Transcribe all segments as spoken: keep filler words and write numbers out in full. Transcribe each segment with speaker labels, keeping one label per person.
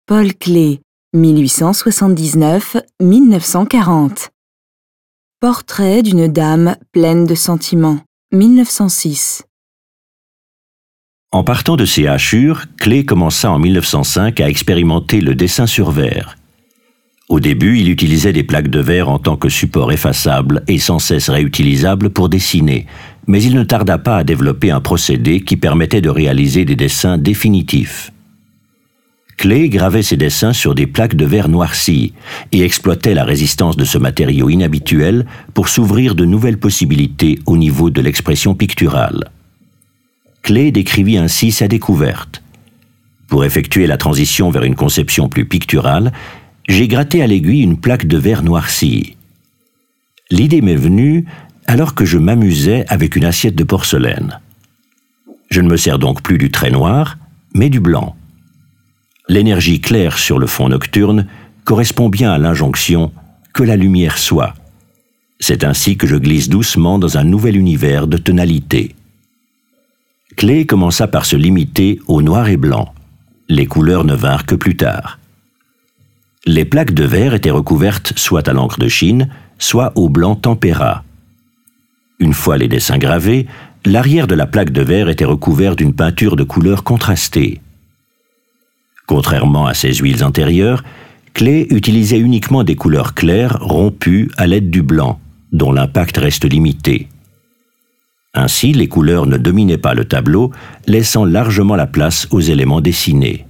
Speaker 1: Paul Klee, mille huit cent soixante-dix-neuf à mille neuf cent quarante. Portrait d'une dame pleine de sentiments, mille neuf cent six.
Speaker 2: En partant de ces hachures, Klee commença en mille neuf cent cinq à expérimenter le dessin sur verre. Au début, il utilisait des plaques de verre en tant que support effaçable et sans cesse réutilisable pour dessiner, mais il ne tarda pas à développer un procédé qui permettait de réaliser des dessins définitifs. Klee gravait ses dessins sur des plaques de verre noircies et exploitait la résistance de ce matériau inhabituel pour s'ouvrir de nouvelles possibilités au niveau de l'expression picturale. Klee décrivit ainsi sa découverte. Pour effectuer la transition vers une conception plus picturale, j'ai gratté à l'aiguille une plaque de verre noircie. L'idée m'est venue alors que je m'amusais avec une assiette de porcelaine. Je ne me sers donc plus du trait noir, mais du blanc. L'énergie claire sur le fond nocturne correspond bien à l'injonction « que la lumière soit ». C'est ainsi que je glisse doucement dans un nouvel univers de tonalité. Klee commença par se limiter au noir et blanc. Les couleurs ne vinrent que plus tard. Les plaques de verre étaient recouvertes soit à l'encre de Chine, soit au blanc tempéra. Une fois les dessins gravés, l'arrière de la plaque de verre était recouvert d'une peinture de couleurs contrastées. Contrairement à ses huiles antérieures, Klee utilisait uniquement des couleurs claires rompues à l'aide du blanc, dont l'impact reste limité. Ainsi, les couleurs ne dominaient pas le tableau, laissant largement la place aux éléments dessinés.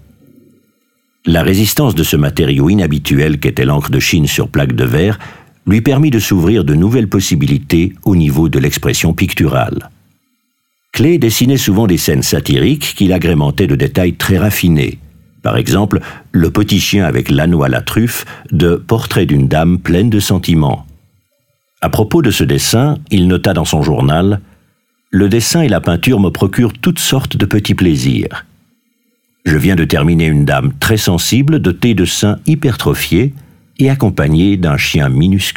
Speaker 2: La résistance de ce matériau inhabituel qu'était l'encre de Chine sur plaque de verre lui permit de s'ouvrir de nouvelles possibilités au niveau de l'expression picturale. Klee dessinait souvent des scènes satiriques qu'il agrémentait de détails très raffinés. Par exemple, le petit chien avec l'anneau à la truffe de Portrait d'une dame pleine de sentiments. À propos de ce dessin, il nota dans son journal « Le dessin et la peinture me procurent toutes sortes de petits plaisirs. Je viens de terminer une dame très sensible dotée de seins hypertrophiés et accompagnée d'un chien minuscule. »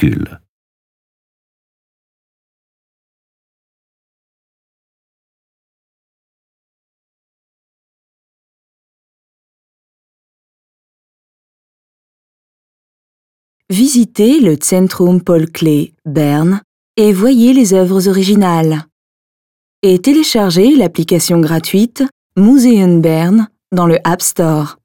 Speaker 1: Visitez le Zentrum Paul Klee, Berne, et voyez les œuvres originales. Et téléchargez l'application gratuite Museum Bern dans le App Store.